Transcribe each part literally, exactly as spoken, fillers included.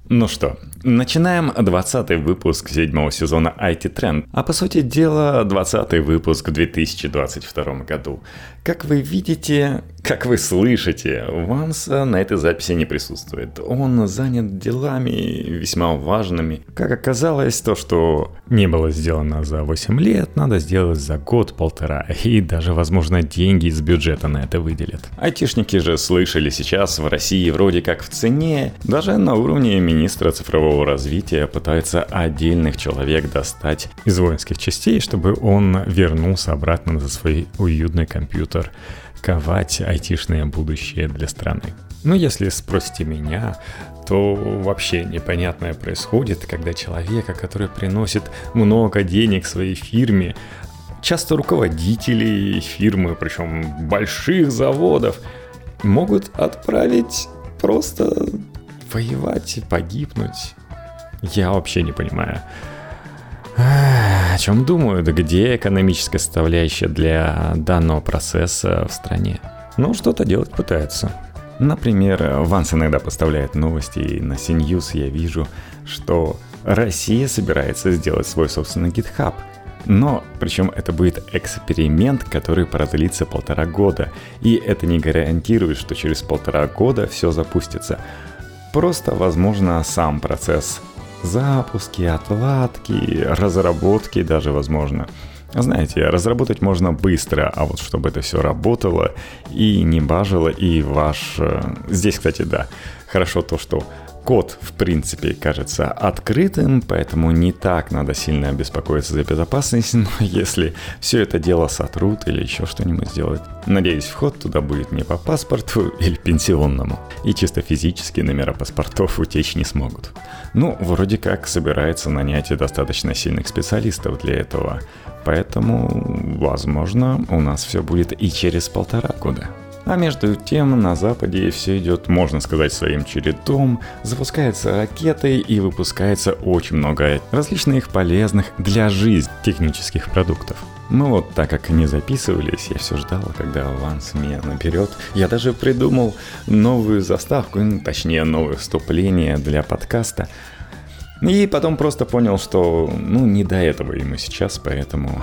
Ну что, начинаем двадцатый выпуск седьмого сезона ай ти Trend, а по сути дела двадцатый выпуск в две тысячи двадцать втором году. Как вы видите, как вы слышите, Ванс на этой записи не присутствует. Он занят делами весьма важными. Как оказалось, то, что не было сделано за восемь лет, надо сделать за год-полтора. И даже, возможно, деньги из бюджета на это выделят. Айтишники же слышали сейчас в России вроде как в цене. Даже на уровне министра цифрового развития пытаются отдельных человек достать из воинских частей, чтобы он вернулся обратно за свой уютный компьютер, ковать айтишное будущее для страны. Но если спросите меня, то вообще непонятное происходит, когда человека, который приносит много денег своей фирме, часто руководители фирмы, причем больших заводов, могут отправить просто воевать, погибнуть. Я вообще не понимаю. О чем думают, где экономическая составляющая для данного процесса в стране? Ну, что-то делать пытаются. Например, Ванс иногда поставляет новости, и на си-News я вижу, что Россия собирается сделать свой собственный GitHub. Но, причем это будет эксперимент, который продлится полтора года. И это не гарантирует, что через полтора года все запустится. Просто, возможно, сам процесс запуски, отладки, разработки даже возможно. Знаете, разработать можно быстро, а вот чтобы это все работало и не бажило, и ваш... Здесь, кстати, да, хорошо то, что код, в принципе, кажется открытым, поэтому не так надо сильно беспокоиться за безопасность, но если все это дело сотрут или еще что-нибудь сделают, надеюсь, вход туда будет не по паспорту или пенсионному, и чисто физически номера паспортов утечь не смогут. Ну, вроде как собирается нанять достаточно сильных специалистов для этого, поэтому, возможно, у нас все будет и через полтора года. А между тем на Западе все идет, можно сказать, своим чередом, запускаются ракеты и выпускается очень много различных полезных для жизни технических продуктов. Ну вот, так как не записывались, я все ждал, когда Ванс меня наберет. Я даже придумал новую заставку, ну, точнее новое вступление для подкаста. И потом просто понял, что ну не до этого ему сейчас, поэтому...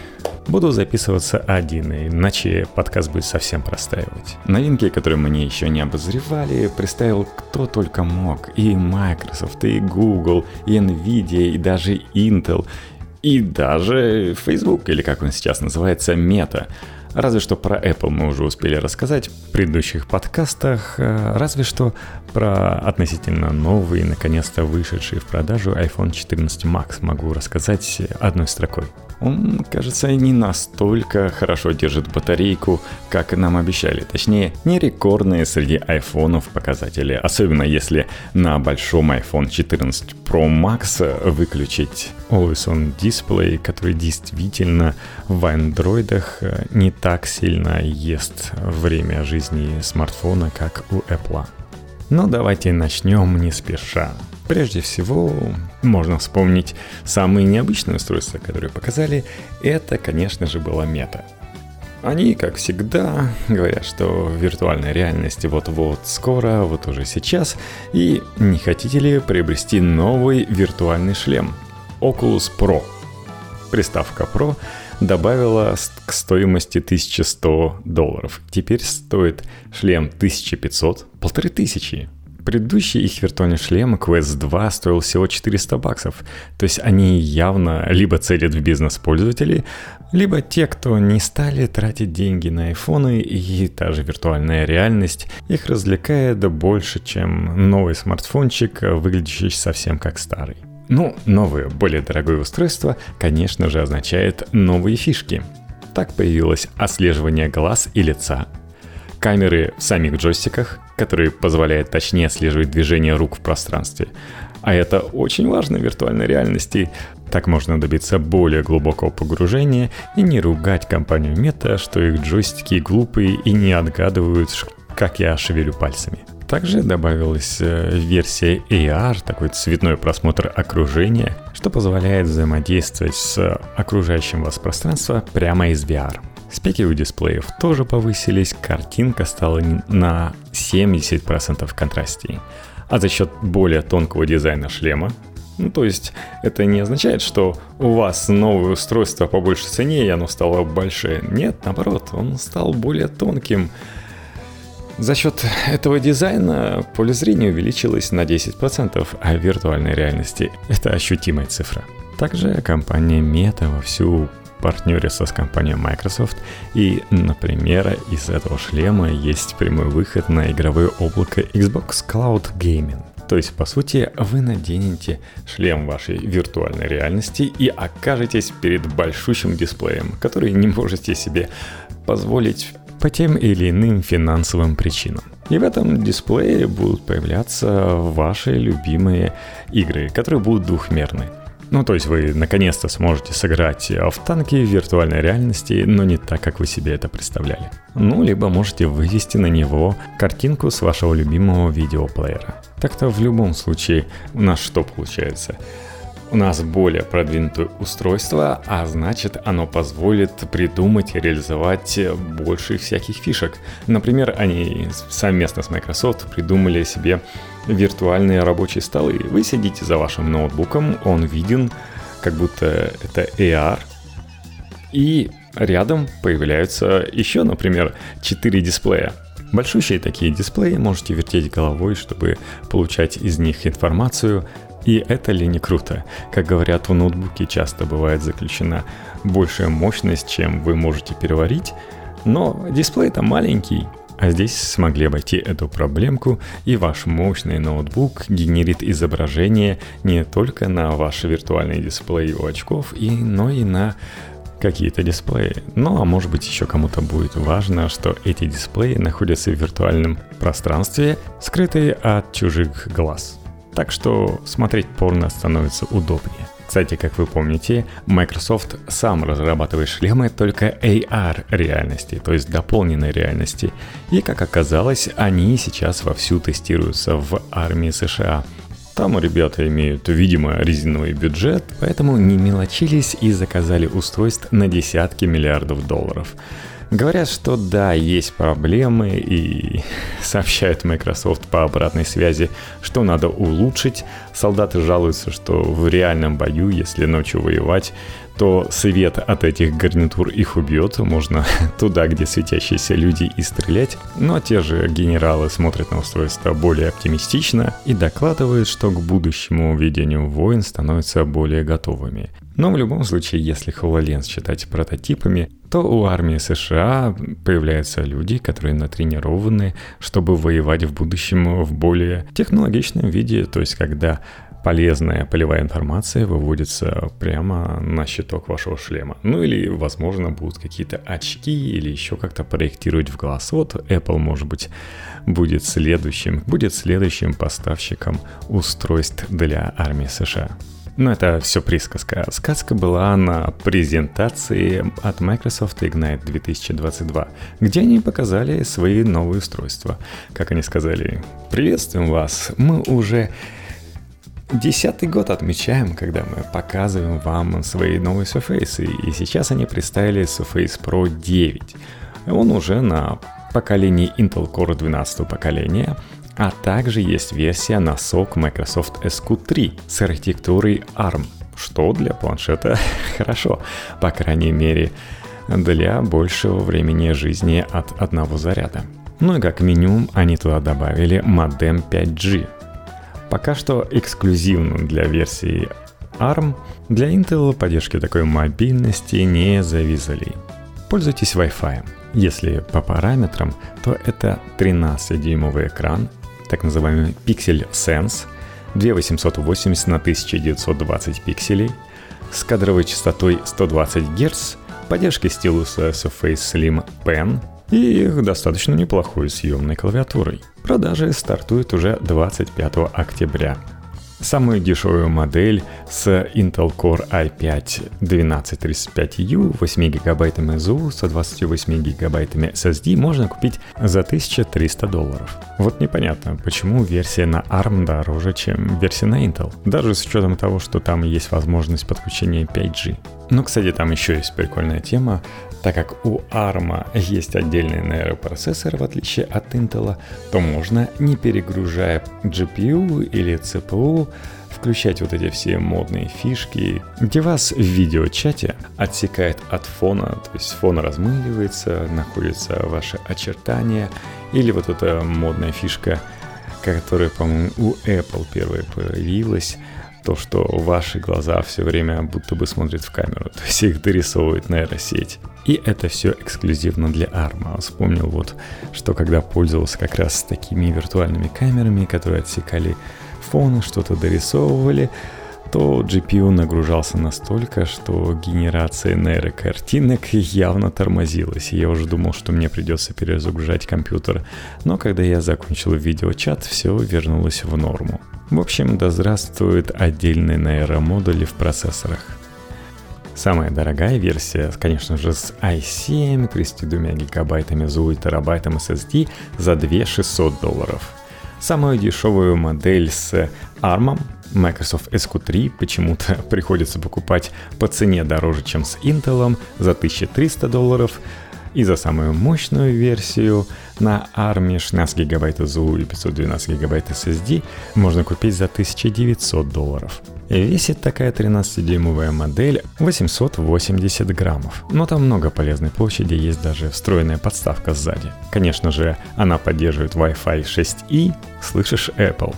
Буду записываться один, иначе подкаст будет совсем простаивать. Новинки, которые мы еще не обозревали, представил кто только мог. И Microsoft, и Google, и Nvidia, и даже Intel, и даже Facebook, или как он сейчас называется, Meta. Разве что про Apple мы уже успели рассказать в предыдущих подкастах, разве что про относительно новый, наконец-то вышедший в продажу айфон четырнадцать Макс могу рассказать одной строкой. Он, кажется, не настолько хорошо держит батарейку, как нам обещали. Точнее, не рекордные среди айфонов показатели. Особенно если на большом айфон четырнадцать Pro Max выключить Always On Display, который действительно в андроидах не так сильно ест время жизни смартфона, как у Apple. Но давайте начнем не спеша. Прежде всего, можно вспомнить самые необычные устройства, которые показали. Это, конечно же, была Meta. Они, как всегда, говорят, что виртуальная реальность вот-вот скоро, вот уже сейчас. И не хотите ли приобрести новый виртуальный шлем Oculus Pro? Приставка Pro добавила к стоимости тысяча сто долларов. Теперь стоит шлем тысяча пятьсот, полторы тысячи. Предыдущий их виртуальный шлем Quest два стоил всего четыреста баксов. То есть они явно либо целят в бизнес-пользователей, либо те, кто не стали тратить деньги на айфоны, и та же виртуальная реальность их развлекает больше, чем новый смартфончик, выглядящий совсем как старый. Ну, новое, более дорогое устройство, конечно же, означает новые фишки. Так появилось отслеживание глаз и лица, камеры в самих джойстиках, которые позволяют точнее отслеживать движение рук в пространстве. А это очень важно в виртуальной реальности. Так можно добиться более глубокого погружения и не ругать компанию Meta, что их джойстики глупые и не отгадывают, как я шевелю пальцами. Также добавилась версия эй ар, такой цветной просмотр окружения, что позволяет взаимодействовать с окружающим вас пространством прямо из ви ар. Спеки у дисплеев тоже повысились, картинка стала на семьдесят процентов контрастнее. А за счет более тонкого дизайна шлема, ну то есть это не означает, что у вас новое устройство по большей цене и оно стало большее. Нет, наоборот, он стал более тонким. За счет этого дизайна поле зрения увеличилось на десять процентов, а в виртуальной реальности это ощутимая цифра. Также компания Meta вовсю партнерится с компанией Microsoft, и, например, из этого шлема есть прямой выход на игровое облако Xbox Cloud Gaming. То есть, по сути, вы наденете шлем вашей виртуальной реальности и окажетесь перед большущим дисплеем, который не можете себе позволить по тем или иным финансовым причинам. И в этом дисплее будут появляться ваши любимые игры, которые будут двухмерны. Ну, то есть вы наконец-то сможете сыграть в танки в виртуальной реальности, но не так, как вы себе это представляли. Ну, либо можете вывести на него картинку с вашего любимого видеоплеера. Так-то в любом случае у нас что получается? У нас более продвинутое устройство, а значит, оно позволит придумать и реализовать больше всяких фишек. Например, они совместно с Microsoft придумали себе виртуальные рабочие столы. Вы сидите за вашим ноутбуком, он виден, как будто это эй ар, и рядом появляются еще, например, четыре дисплея. Большущие такие дисплеи, можете вертеть головой, чтобы получать из них информацию. И это ли не круто? Как говорят, в ноутбуке часто бывает заключена большая мощность, чем вы можете переварить, но дисплей-то маленький. А здесь смогли обойти эту проблемку, и ваш мощный ноутбук генерит изображение не только на ваш виртуальный дисплей у очков, и, но и на какие-то дисплеи. Ну а может быть еще кому-то будет важно, что эти дисплеи находятся в виртуальном пространстве, скрытые от чужих глаз. Так что смотреть порно становится удобнее. Кстати, как вы помните, Microsoft сам разрабатывает шлемы только эй ар реальности, то есть дополненной реальности. И, как оказалось, они сейчас вовсю тестируются в армии США. Там ребята имеют, видимо, резиновый бюджет, поэтому не мелочились и заказали устройств на десятки миллиардов долларов. Говорят, что да, есть проблемы, и сообщают Microsoft по обратной связи, что надо улучшить. Солдаты жалуются, что в реальном бою, если ночью воевать, то свет от этих гарнитур их убьет. Можно туда, где светящиеся люди, и стрелять. Но те же генералы смотрят на устройство более оптимистично и докладывают, что к будущему ведению войн становятся более готовыми. Но в любом случае, если HoloLens считать прототипами, то у армии США появляются люди, которые натренированы, чтобы воевать в будущем в более технологичном виде, то есть когда полезная полевая информация выводится прямо на щиток вашего шлема. Ну или, возможно, будут какие-то очки или еще как-то проектировать в глаз. Вот Apple, может быть, будет следующим, будет следующим поставщиком устройств для армии США. Но это все присказка. Сказка была на презентации от Microsoft Ignite две тысячи двадцать два, где они показали свои новые устройства. Как они сказали: «Приветствуем вас, мы уже десятый год отмечаем, когда мы показываем вам свои новые Surface, и сейчас они представили Surface Pro девять. Он уже на поколении Intel Core двенадцатого поколения, а также есть версия на сок Microsoft эс кью три с архитектурой арм, что для планшета хорошо, по крайней мере, для большего времени жизни от одного заряда. Ну и как минимум они туда добавили модем пять джи. Пока что эксклюзивно для версии арм, для Intel поддержки такой мобильности не завезли. Пользуйтесь Wi-Fi. Если по параметрам, то это тринадцатидюймовый экран, так называемый Pixel Sense, две тысячи восемьсот восемьдесят на тысяча девятьсот двадцать пикселей, с кадровой частотой сто двадцать герц, поддержкой стилуса Surface Slim Pen и достаточно неплохой съемной клавиатурой. Продажи стартуют уже двадцать пятого октября. Самую дешевую модель с Intel Core ай пять двенадцать тридцать пять ю, восемь гигабайт эм эс ю, сто двадцать восемь гигабайтами эс эс ди можно купить за тысячу триста долларов. Вот непонятно, почему версия на арм дороже, чем версия на Intel, даже с учетом того, что там есть возможность подключения пять джи. Ну, кстати, там еще есть прикольная тема. Так как у арм есть отдельный нейропроцессор, в отличие от Intel, то можно, не перегружая джи пи ю или си пи ю, включать вот эти все модные фишки, где вас в видеочате отсекает от фона, то есть фон размыливается, находятся ваши очертания, или вот эта модная фишка, которая, по-моему, у Apple первой появилась, то, что ваши глаза все время будто бы смотрят в камеру, то есть их дорисовывает нейросеть. И это все эксклюзивно для арм. Вспомнил вот, что когда пользовался как раз такими виртуальными камерами, которые отсекали фоны, что-то дорисовывали, то джи пи ю нагружался настолько, что генерация нейрокартинок явно тормозилась. И я уже думал, что мне придется перезагружать компьютер. Но когда я закончил видеочат, все вернулось в норму. В общем, да здравствуют отдельные нейромодули в процессорах. Самая дорогая версия, конечно же, с ай семь, тридцать два гигабайтами зум и терабайтом эс эс ди за две тысячи шестьсот долларов. Самую дешевую модель с арм, Microsoft эс кью три, почему-то приходится покупать по цене дороже, чем с Intel, за тысячу триста долларов. И за самую мощную версию на арм шестнадцать гигабайт зум и пятьсот двенадцать гигабайт эс эс ди можно купить за тысячу девятьсот долларов. И весит такая тринадцатидюймовая модель восемьсот восемьдесят граммов. Но там много полезной площади, есть даже встроенная подставка сзади. Конечно же, она поддерживает Wi-Fi шесть и, слышишь, Apple.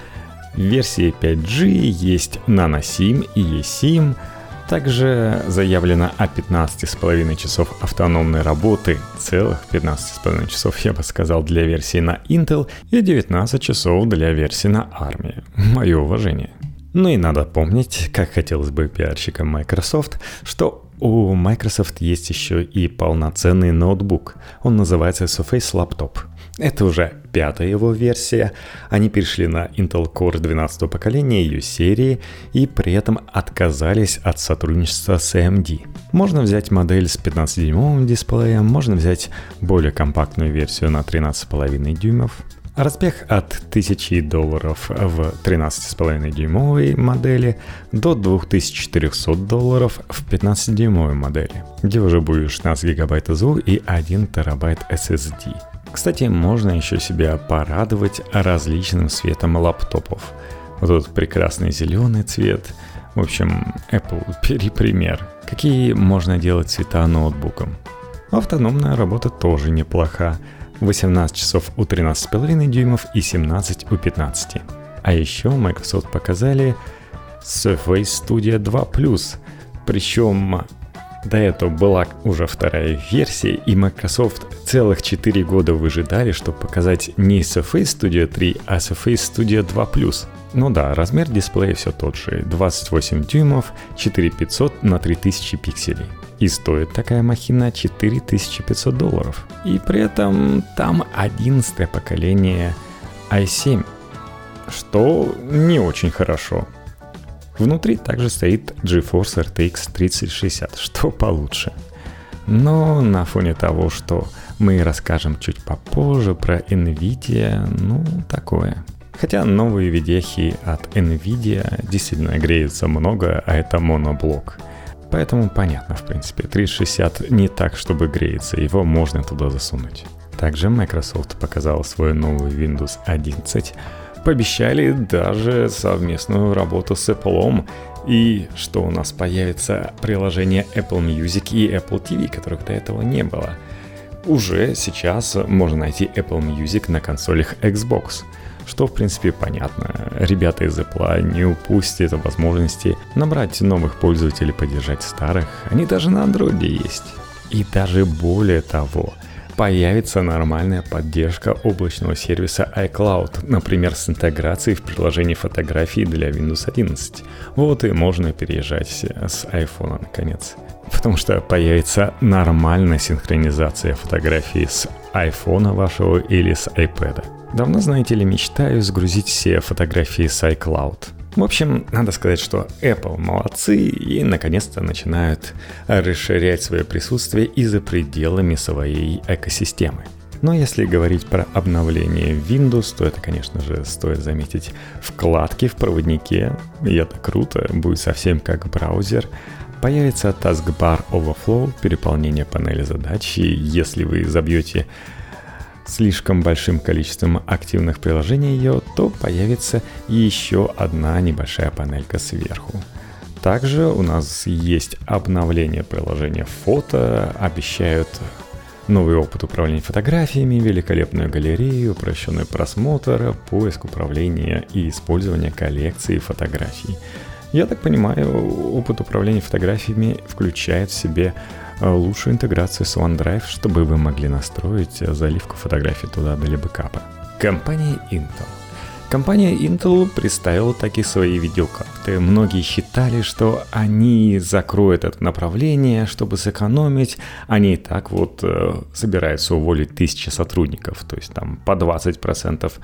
В версии пять джи есть NanoSIM и eSIM. Также заявлено о пятнадцати с половиной часов автономной работы, целых пятнадцать с половиной часов, я бы сказал, для версии на Intel и девятнадцать часов для версии на арм. Мое уважение. Ну и надо помнить, как хотелось бы пиарщикам Microsoft, что у Microsoft есть еще и полноценный ноутбук. Он называется Surface Laptop. Это уже пятая его версия. Они перешли на Intel Core двенадцатого поколения ее серии и при этом отказались от сотрудничества с эй эм ди. Можно взять модель с пятнадцатидюймовым дисплеем, можно взять более компактную версию на тринадцать с половиной дюймов. Разбег от тысячи долларов в тринадцать с половиной дюймовой модели до две тысячи четыреста долларов в пятнадцатидюймовой модели, где уже будет шестнадцать гигабайт зум и один терабайт эс эс ди. Кстати, можно еще себя порадовать различным цветом лаптопов. Вот тут прекрасный зеленый цвет. В общем, Apple, бери пример. Какие можно делать цвета ноутбуком? Автономная работа тоже неплоха. восемнадцать часов у тринадцати с половиной дюймов и семнадцать у пятнадцати. А еще Microsoft показали Surface Studio два плюс. Причем до этого была уже вторая версия, и Microsoft целых четыре года выжидали, чтобы показать не Surface Studio три, а Surface Studio два плюс. Ну да, размер дисплея все тот же, двадцать восемь дюймов, четыре тысячи пятьсот на три тысячи пикселей. И стоит такая махина четыре тысячи пятьсот долларов. И при этом там одиннадцатое поколение ай семь, что не очень хорошо. Внутри также стоит GeForce эр ти экс тридцать шестьдесят, что получше. Но на фоне того, что мы расскажем чуть попозже про NVIDIA, ну такое. Хотя новые видехи от NVIDIA действительно греются много, а это моноблок. Поэтому понятно, в принципе, тридцать шестьдесят не так, чтобы греется, его можно туда засунуть. Также Microsoft показал свою новую Windows одиннадцать, пообещали даже совместную работу с Apple, и что у нас появится приложение Apple Music и Apple ти ви, которых до этого не было. Уже сейчас можно найти Apple Music на консолях Xbox, что в принципе понятно. Ребята из Apple не упустят возможности набрать новых пользователей, поддержать старых. Они даже на Android есть. И даже более того, появится нормальная поддержка облачного сервиса iCloud, например, с интеграцией в приложении фотографий для Windows одиннадцать. Вот и можно переезжать с iPhone наконец. Потому что появится нормальная синхронизация фотографий с iPhone вашего или с iPad. Давно, знаете ли, мечтаю сгрузить все фотографии с iCloud. В общем, надо сказать, что Apple молодцы и наконец-то начинают расширять свое присутствие и за пределами своей экосистемы. Но если говорить про обновление Windows, то это, конечно же, стоит заметить вкладки в проводнике. И это круто, будет совсем как браузер. Появится Taskbar Overflow, переполнение панели задач, и если вы забьете слишком большим количеством активных приложений ее, то появится еще одна небольшая панелька сверху. Также у нас есть обновление приложения фото, обещают новый опыт управления фотографиями, великолепную галерею, упрощенный просмотр, поиск, управления и использование коллекции фотографий. Я так понимаю, опыт управления фотографиями включает в себе лучшую интеграцию с OneDrive, чтобы вы могли настроить заливку фотографий туда для бэкапа. Компания Intel. Компания Intel представила такие свои видеокарты. Многие считали, что они закроют это направление, чтобы сэкономить. Они и так вот э, собираются уволить тысячи сотрудников, то есть там по двадцать процентов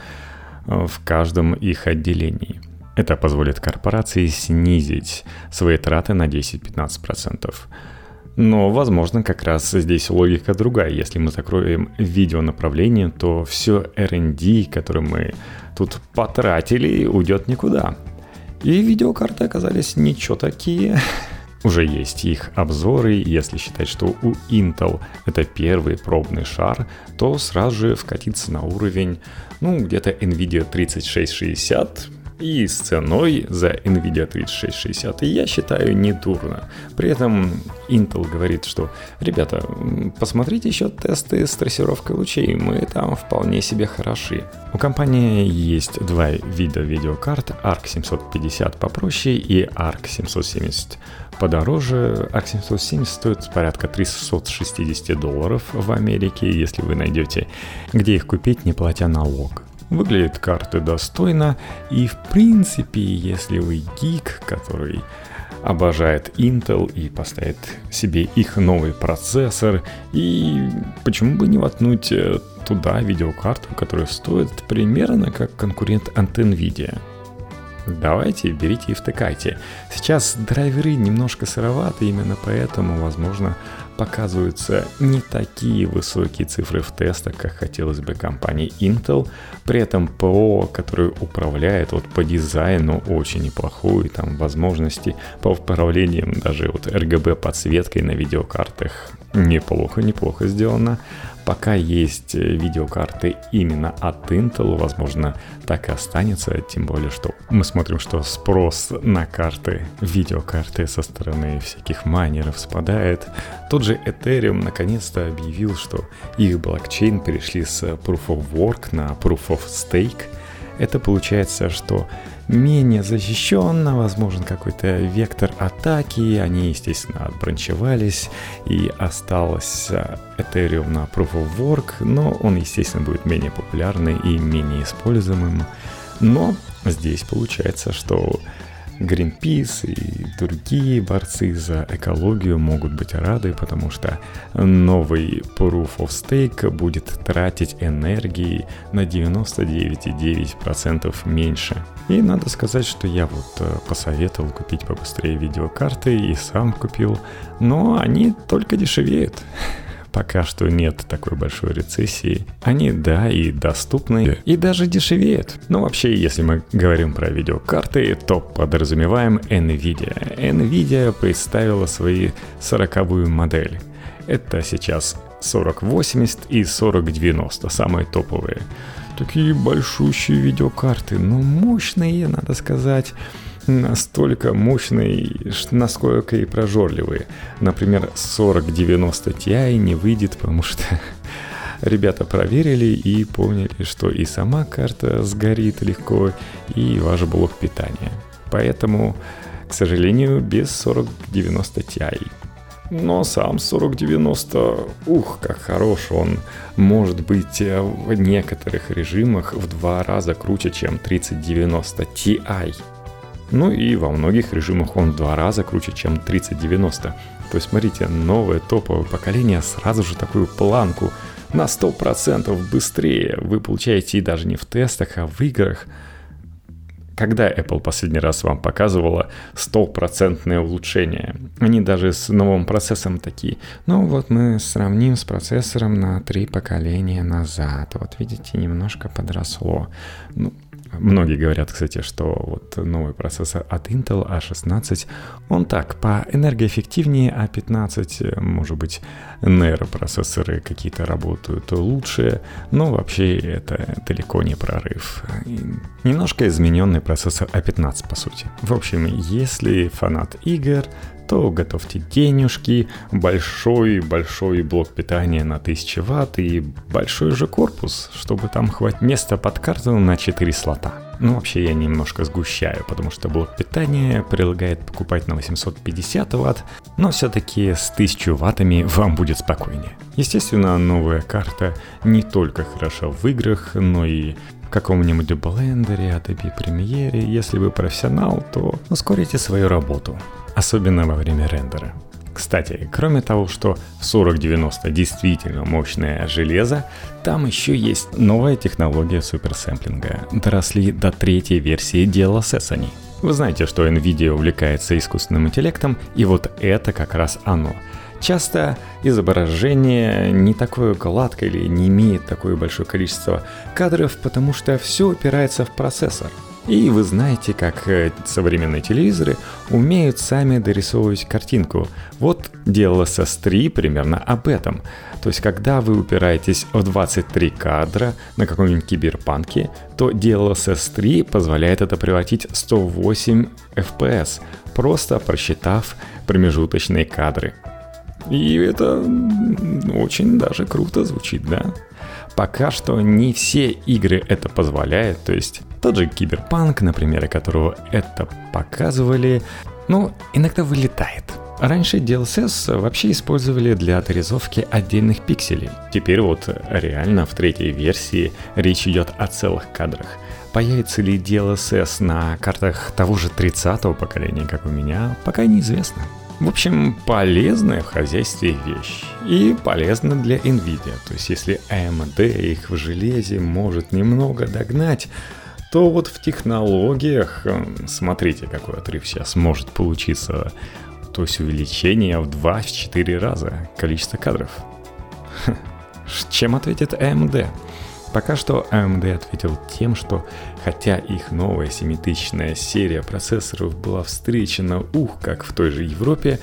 в каждом их отделении. Это позволит корпорации снизить свои траты на десять-пятнадцать процентов. Но, возможно, как раз здесь логика другая. Если мы закроем видеонаправление, то все эр энд ди, которое мы тут потратили, уйдет никуда. И видеокарты оказались ничего такие. Уже есть их обзоры. Если считать, что у Intel это первый пробный шар, то сразу же вкатиться на уровень, ну, где-то NVIDIA тридцать шесть шестьдесят. И с ценой за NVIDIA тридцать шесть шестьдесят, я считаю, недурно. При этом Intel говорит, что, ребята, посмотрите еще тесты с трассировкой лучей, мы там вполне себе хороши. У компании есть два вида видеокарт, арк семьсот пятьдесят попроще и арк семьсот семьдесят подороже. арк семьсот семьдесят стоит порядка триста шестьдесят долларов в Америке, если вы найдете, где их купить, не платя налог. Выглядят карты достойно, и в принципе, если вы гик, который обожает Intel и поставит себе их новый процессор, и почему бы не воткнуть туда видеокарту, которая стоит примерно как конкурент от NVIDIA. Давайте, берите и втыкайте. Сейчас драйверы немножко сыроваты, именно поэтому, возможно, показываются не такие высокие цифры в тестах, как хотелось бы компании Intel. При этом ПО, который управляет вот по дизайну, очень неплохой. Там возможности по управлениям, даже вот эр джи би подсветкой на видеокартах неплохо-неплохо сделано. Пока есть видеокарты именно от Intel, возможно, так и останется, тем более, что мы смотрим, что спрос на карты, видеокарты со стороны всяких майнеров спадает. Тот же Ethereum наконец-то объявил, что их блокчейн перешли с Proof of Work на Proof of Stake. Это получается, что менее защищенно, возможен какой-то вектор атаки, они, естественно, отбранчевались, и осталось Ethereum на Proof of Work, но он, естественно, будет менее популярный и менее используемым. Но здесь получается, что Greenpeace и другие борцы за экологию могут быть рады, потому что новый Proof of Stake будет тратить энергии на девяносто девять целых девять десятых процента меньше. И надо сказать, что я вот посоветовал купить побыстрее видеокарты и сам купил, но они только дешевеют. Пока что нет такой большой рецессии. Они, да, и доступны, и даже дешевеют. Но вообще, если мы говорим про видеокарты, то подразумеваем NVIDIA. NVIDIA представила свои сороковую модель. Это сейчас сорок восемьдесят и сорок девяносто, самые топовые. Такие большущие видеокарты, но мощные, надо сказать. Настолько мощные, насколько и прожорливые. Например, сорок девяносто Ti не выйдет, потому что ребята проверили и поняли, что и сама карта сгорит легко, и ваш блок питания. Поэтому, к сожалению, без сорок девяносто Ti. Но сам сорок девяносто, ух, как хорош, он может быть в некоторых режимах в два раза круче, чем тридцать девяносто Ti. Ну и во многих режимах он в два раза круче, чем тридцать девяносто. То есть, смотрите, новое топовое поколение сразу же такую планку на сто процентов быстрее вы получаете и даже не в тестах, а в играх. Когда Apple последний раз вам показывала стопроцентное улучшение? Они даже с новым процессором такие. Ну вот мы сравним с процессором на три поколения назад. Вот видите, немножко подросло. Ну, Многие говорят, кстати, что вот новый процессор от Intel а шестнадцать, он так, по энергоэффективнее а пятнадцать, может быть, нейропроцессоры какие-то работают лучше, но вообще это далеко не прорыв. Немножко измененный процессор а пятнадцать, по сути. В общем, если фанат игр, то готовьте денежки, большой-большой блок питания на тысячу ватт и большой же корпус, чтобы там хватит места под карту на четыре слота. Ну, вообще я немножко сгущаю, потому что блок питания предлагает покупать на восемьсот пятьдесят ватт, но все-таки с тысячей ваттами вам будет спокойнее. Естественно, новая карта не только хороша в играх, но и в каком-нибудь блендере, Adobe Premiere. Если вы профессионал, то ускорите свою работу, особенно во время рендера. Кстати, кроме того, что сорок девяносто действительно мощное железо, там еще есть новая технология суперсэмплинга. Доросли до третьей версии ди эл эс эс они. Вы знаете, что NVIDIA увлекается искусственным интеллектом, и вот это как раз оно. Часто изображение не такое гладкое или не имеет такое большое количество кадров, потому что все упирается в процессор. И вы знаете, как современные телевизоры умеют сами дорисовывать картинку. Вот ди эл эс эс три примерно об этом. То есть, когда вы упираетесь в двадцать три кадра на каком-нибудь киберпанке, то ди эл эс эс три позволяет это превратить в сто восемь эф пи эс, просто просчитав промежуточные кадры. И это очень даже круто звучит, да? Пока что не все игры это позволяют, то есть тот же Киберпанк, на примере которого это показывали, ну, иногда вылетает. Раньше ди эл эс эс вообще использовали для дорисовки отдельных пикселей. Теперь вот реально в третьей версии речь идет о целых кадрах. Появится ли ди эл эс эс на картах того же тридцатого поколения, как у меня, пока неизвестно. В общем, полезная в хозяйстве вещь. И полезна для NVIDIA. То есть, если эй эм ди их в железе может немного догнать, то вот в технологиях, смотрите, какой отрыв сейчас может получиться. То есть, увеличение в два-четыре раза количество кадров. Чем ответит эй эм ди? Пока что эй эм ди ответил тем, что хотя их новая семитысячная серия процессоров была встречена, ух, как в той же Европе,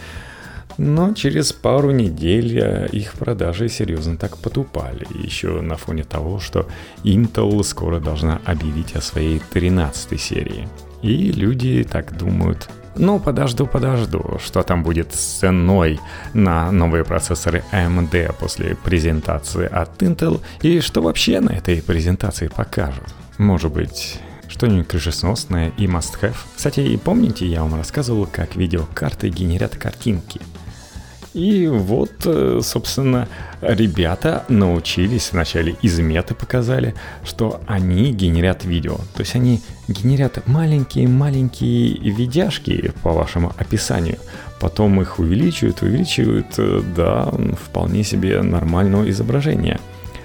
но через пару недель их продажи серьезно так потупали. Еще на фоне того, что Intel скоро должна объявить о своей тринадцатой серии. И люди так думают: ну, подожду, подожду, что там будет с ценой на новые процессоры эй эм ди после презентации от Intel, и что вообще на этой презентации покажут. Может быть, что-нибудь крышесносное и must-have. Кстати, и помните, я вам рассказывал, как видеокарты генерят картинки. И вот, собственно, ребята научились, вначале из меты показали, что они генерят видео. То есть они генерят маленькие-маленькие видяшки по вашему описанию. Потом их увеличивают, увеличивают до вполне себе нормального изображения.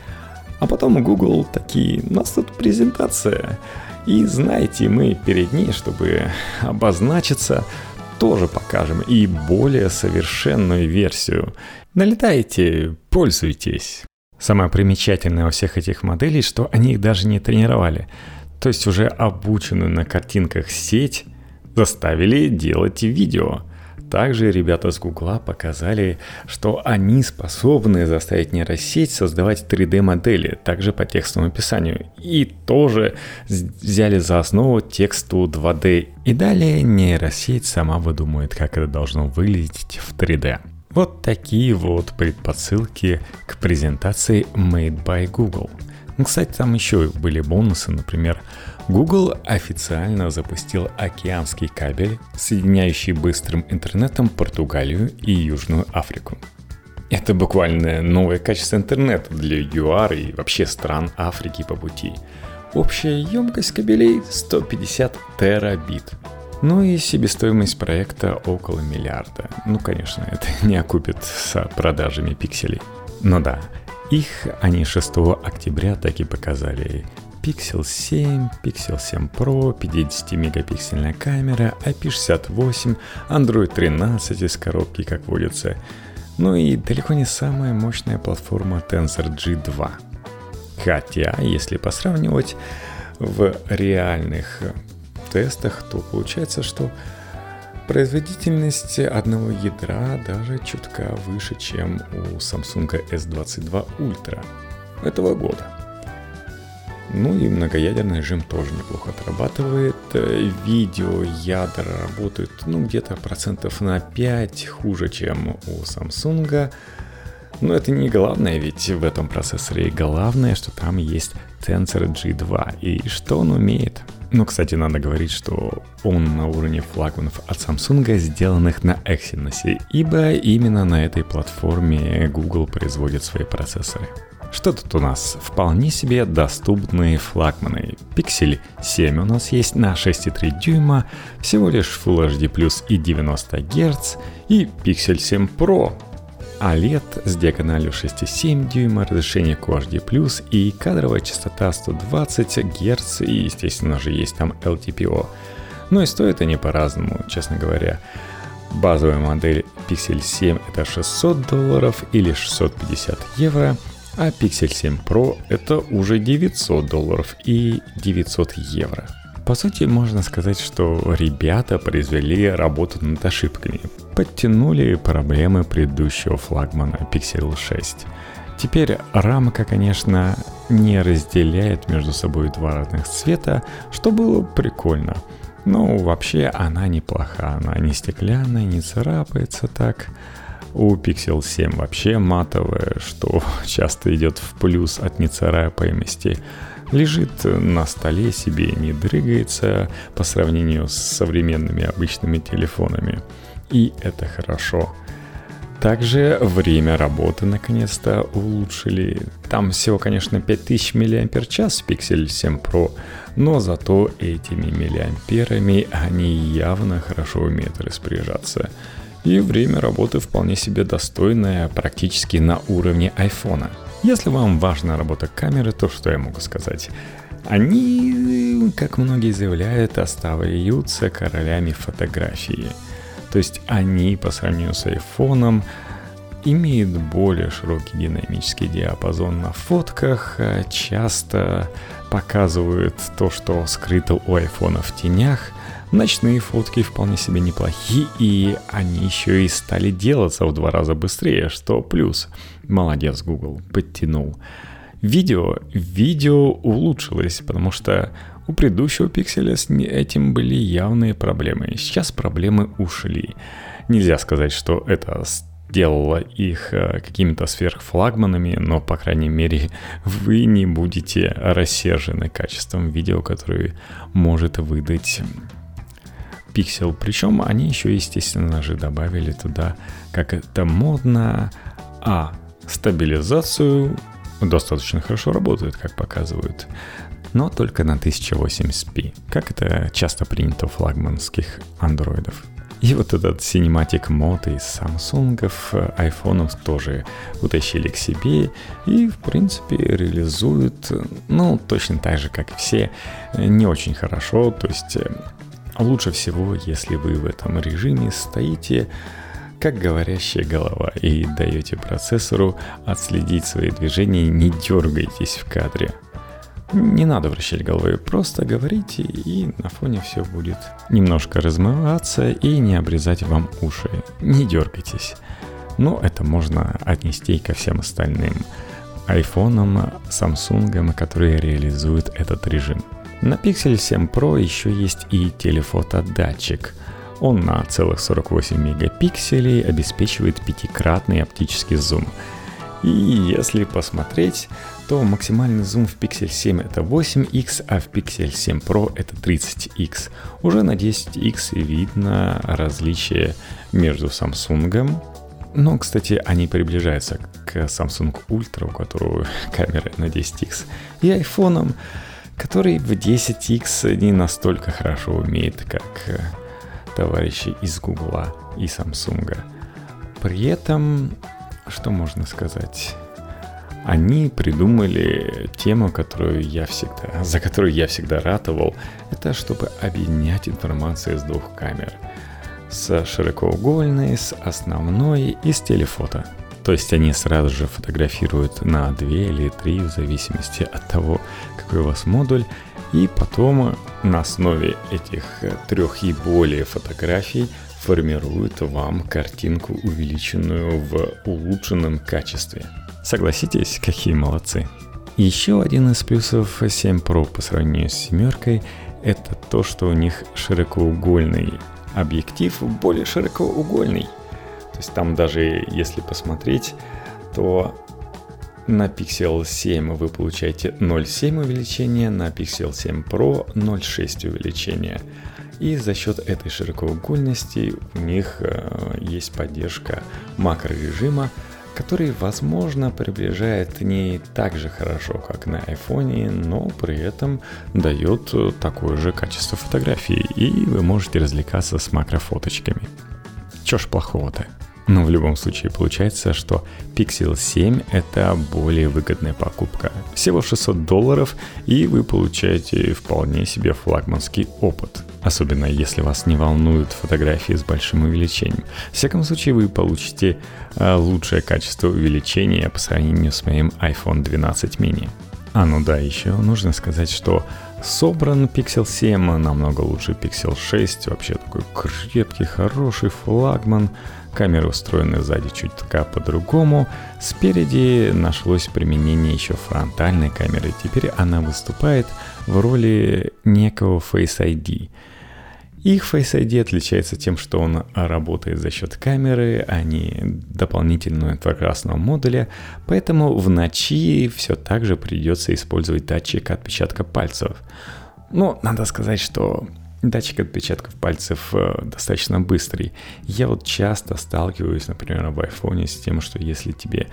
А потом Google такие: у нас тут презентация. И знаете, мы перед ней, чтобы обозначиться, тоже покажем и более совершенную версию. Налетайте, пользуйтесь. Самое примечательное во всех этих моделей, что они их даже не тренировали. То есть уже обученную на картинках сеть заставили делать видео. Также ребята с Гугла показали, что они способны заставить нейросеть создавать три дэ-модели, также по текстовому описанию. И тоже взяли за основу тексту два дэ. И далее нейросеть сама выдумывает, как это должно выглядеть в три дэ. Вот такие вот предпосылки к презентации Made by Google. Ну, кстати, там еще были бонусы, например, Google официально запустил океанский кабель, соединяющий быстрым интернетом Португалию и Южную Африку. Это буквально новое качество интернета для ЮАР и вообще стран Африки по пути. Общая емкость кабелей сто пятьдесят терабит. Ну и себестоимость проекта около миллиарда. Ну, конечно, это не окупит с продажами пикселей. Но да, их они шестого октября так и показали. Pixel семь, Pixel семь Pro, пятидесятимегапиксельная камера, ай пи шестьдесят восемь, Android тринадцать из коробки, как водится. Ну и далеко не самая мощная платформа Tensor джи два. Хотя, если посравнивать, в реальных тестах, то получается, что производительность одного ядра даже чутка выше, чем у Samsung эс двадцать два Ultra этого года. Ну и многоядерный режим тоже неплохо отрабатывает. Видео ядра работают ну, где-то процентов на пять хуже, чем у Samsung. Но это не главное, ведь в этом процессоре главное, что там есть Tensor джи два. И что он умеет? Ну, кстати, надо говорить, что он на уровне флагманов от Samsung, сделанных на Exynos, ибо именно на этой платформе Google производит свои процессоры. Что тут у нас? Вполне себе доступные флагманы. Pixel семь у нас есть на шесть и три дюйма, всего лишь Full эйч ди плюс и девяносто герц, и Pixel семь Pro о лед с диагональю шесть и семь дюйма, разрешение Q H D плюс и кадровая частота сто двадцать герц, и, естественно же, есть там эл ти пи о. Но и стоят они по-разному, честно говоря. Базовая модель Pixel семь это шестьсот долларов или шестьсот пятьдесят евро, а Pixel семь Pro это уже девятьсот долларов и девятьсот евро. По сути, можно сказать, что ребята произвели работу над ошибками, подтянули проблемы предыдущего флагмана Pixel шесть. Теперь рамка, конечно, не разделяет между собой два разных цвета, что было прикольно. Но вообще она неплоха, она не стеклянная, не царапается так. У Pixel семь вообще матовая, что часто идет в плюс от нецарапаемости. Лежит на столе себе, не дрыгается по сравнению с современными обычными телефонами. И это хорошо. Также время работы наконец-то улучшили. Там всего, конечно, пять тысяч мАч в Pixel семь Pro, но зато этими миллиамперами они явно хорошо умеют распоряжаться. И время работы вполне себе достойное, практически на уровне айфона. Если вам важна работа камеры, то что я могу сказать? Они, как многие заявляют, остаются королями фотографии. То есть они по сравнению с айфоном имеют более широкий динамический диапазон на фотках, часто показывают то, что скрыто у айфона в тенях. Ночные фотки вполне себе неплохие, и они еще и стали делаться в два раза быстрее, что плюс. Молодец, Google, подтянул. Видео, видео улучшилось, потому что у предыдущего пикселя с этим были явные проблемы. Сейчас проблемы ушли. Нельзя сказать, что это сделало их какими-то сверхфлагманами, но, по крайней мере, вы не будете рассержены качеством видео, которое может выдать Pixel. Причем они еще, естественно же, добавили туда, как это модно, а стабилизацию достаточно хорошо работает, как показывают, но только на тысяча восемьдесят пи, как это часто принято у флагманских андроидов. И вот этот Cinematic Mode из Самсунгов, айфонов тоже утащили к себе и, в принципе, реализуют, ну, точно так же, как и все, не очень хорошо. То есть лучше всего, если вы в этом режиме стоите как говорящая голова и даете процессору отследить свои движения, не дергайтесь в кадре. Не надо вращать головой, просто говорите, и на фоне все будет немножко размываться и не обрезать вам уши. Не дергайтесь. Но это можно отнести ко всем остальным айфонам, самсунгам, которые реализуют этот режим. На Pixel семь Pro еще есть и телефотодатчик. Он на целых сорок восемь мегапикселей обеспечивает пятикратный оптический зум. И если посмотреть, то максимальный зум в Pixel семь это восемь икс, а в Pixel семь Pro это тридцать икс. Уже на десять икс видно различие между Samsung. Но, кстати, они приближаются к Samsung Ultra, у которого камера на десять икс, и iPhone, который в десять икс не настолько хорошо умеет, как товарищи из Google и Samsung. При этом, что можно сказать? Они придумали тему, которую я всегда, за которую я всегда ратовал. Это чтобы объединять информацию с двух камер. С широкоугольной, с основной и с телефото. То есть они сразу же фотографируют на две или три, в зависимости от того, какой у вас модуль. И потом на основе этих трех и более фотографий формирует вам картинку, увеличенную в улучшенном качестве. Согласитесь, какие молодцы. Еще один из плюсов семь Pro по сравнению с семеркой – это то, что у них широкоугольный объектив, более широкоугольный. То есть там даже если посмотреть, то на Pixel семь вы получаете ноль целых семь увеличения, на Pixel семь Pro ноль целых шесть увеличения. И за счет этой широкоугольности у них э, есть поддержка макрорежима, который, возможно, приближает не так же хорошо, как на iPhone, но при этом дает такое же качество фотографии, и вы можете развлекаться с макрофоточками. Чё ж плохого-то? Но в любом случае получается, что Pixel семь – это более выгодная покупка. Всего шестьсот долларов, и вы получаете вполне себе флагманский опыт. Особенно если вас не волнуют фотографии с большим увеличением. В всяком случае, вы получите а, лучшее качество увеличения по сравнению с моим iPhone двенадцать mini. А ну да, еще нужно сказать, что собран Pixel семь намного лучше Pixel шесть. Вообще такой крепкий, хороший флагман. Камеры устроены сзади чутка по-другому. Спереди нашлось применение еще фронтальной камеры. Теперь она выступает в роли некого Face ай ди. Их Face ай ди отличается тем, что он работает за счет камеры, а не дополнительного инфракрасного модуля, поэтому в ночи все так же придется использовать датчик отпечатка пальцев. Но надо сказать, что датчик отпечатков пальцев достаточно быстрый. Я вот часто сталкиваюсь, например, в iPhone с тем, что если тебе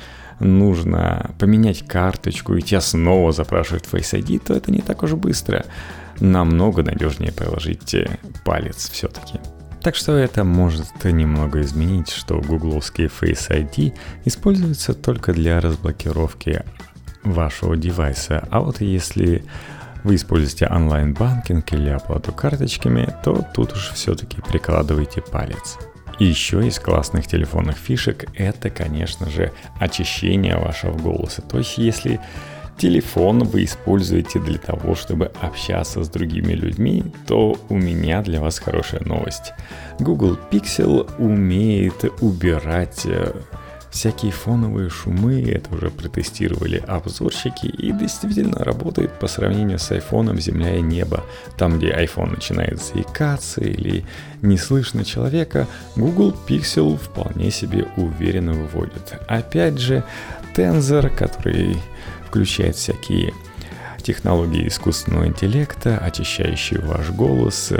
нужно поменять карточку и тебя снова запрашивают Face ай ди, то это не так уж быстро. Намного надежнее приложить палец все-таки. Так что это может немного изменить, что гугловский Face ай ди используется только для разблокировки вашего девайса. А вот если вы используете онлайн-банкинг или оплату карточками, то тут уж все-таки прикладывайте палец. И еще из классных телефонных фишек это, конечно же, очищение вашего голоса. То есть если телефон вы используете для того, чтобы общаться с другими людьми, то у меня для вас хорошая новость. Google Pixel умеет убирать всякие фоновые шумы, это уже протестировали обзорщики, и действительно работает по сравнению с iPhone земля и небо. Там, где iPhone начинает заикаться или не слышно человека, Google Pixel вполне себе уверенно выводит. Опять же, Tensor, который включает всякие технологии искусственного интеллекта, очищающие ваш голос,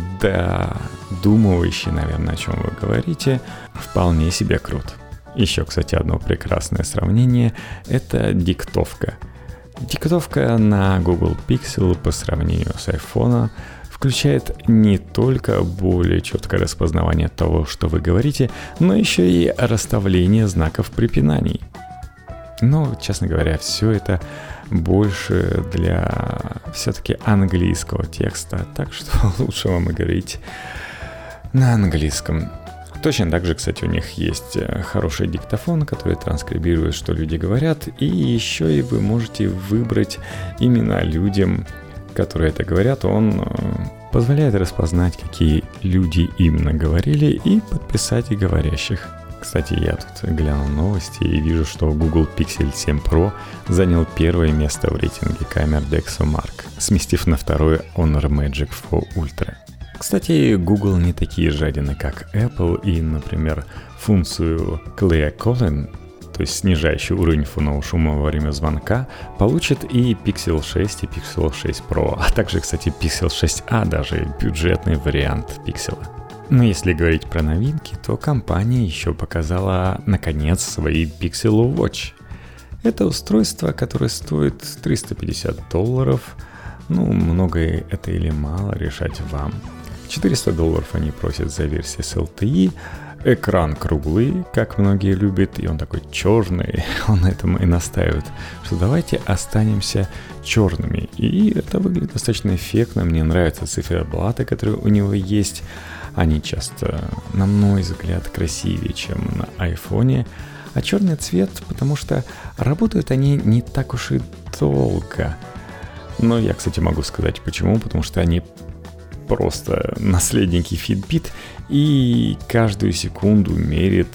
додумывающие, наверное, о чем вы говорите, вполне себе крут. Еще, кстати, одно прекрасное сравнение – это диктовка. Диктовка на Google Pixel по сравнению с iPhone включает не только более четкое распознавание того, что вы говорите, но еще и расставление знаков препинаний. Но, честно говоря, все это больше для все-таки английского текста, так что лучше вам и говорить на английском. Точно так же, кстати, у них есть хороший диктофон, который транскрибирует, что люди говорят, и еще и вы можете выбрать имена людям, которые это говорят. Он позволяет распознать, какие люди именно говорили, и подписать и говорящих. Кстати, я тут глянул новости и вижу, что Google Pixel семь Pro занял первое место в рейтинге камер DxOMark, сместив на второе Honor Magic фор Ultra. Кстати, Google не такие жадины, как Apple, и, например, функцию Clear Calling, то есть снижающий уровень фонового шума во время звонка, получит и Pixel шесть, и Pixel шесть Pro, а также, кстати, Pixel шесть а, даже бюджетный вариант Pixel. Но если говорить про новинки, то компания еще показала, наконец, свои Pixel Watch. Это устройство, которое стоит триста пятьдесят долларов. Ну, много это или мало, решать вам. четыреста долларов они просят за версию с эл ти и. Экран круглый, как многие любят, и он такой черный. Он на этом и настаивает, что давайте останемся черными. И это выглядит достаточно эффектно. Мне нравятся циферблаты, которые у него есть. Они часто, на мой взгляд, красивее, чем на айфоне. А черный цвет, потому что работают они не так уж и долго. Но я, кстати, могу сказать почему, потому что они просто наследники Fitbit и каждую секунду мерят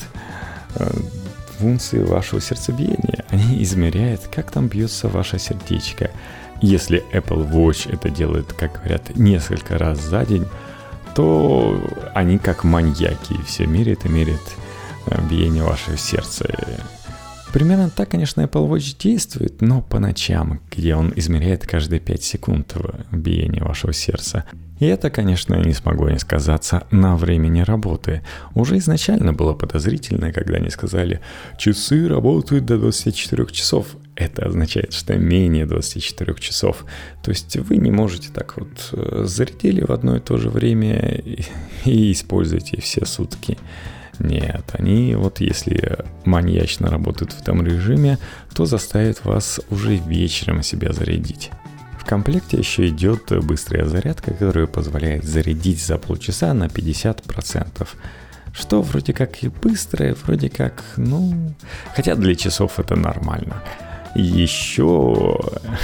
функции вашего сердцебиения. Они измеряют, как там бьется ваше сердечко. Если Apple Watch это делает, как говорят, несколько раз за день, то они как маньяки все меряют и меряют биение вашего сердца. Примерно так, конечно, Apple Watch действует, но по ночам, где он измеряет каждые пять секунд биение вашего сердца. И это, конечно, не смогло не сказаться на времени работы. Уже изначально было подозрительно, когда они сказали «часы работают до двадцати четырёх часов». Это означает, что менее двадцати четырёх часов. То есть вы не можете так вот зарядили в одно и то же время и, и используете все сутки. Нет, они вот если маньячно работают в этом режиме, то заставят вас уже вечером себя зарядить. В комплекте еще идет быстрая зарядка, которая позволяет зарядить за полчаса на пятьдесят процентов. Что вроде как и быстрое, вроде как, ну... Хотя для часов это нормально. Еще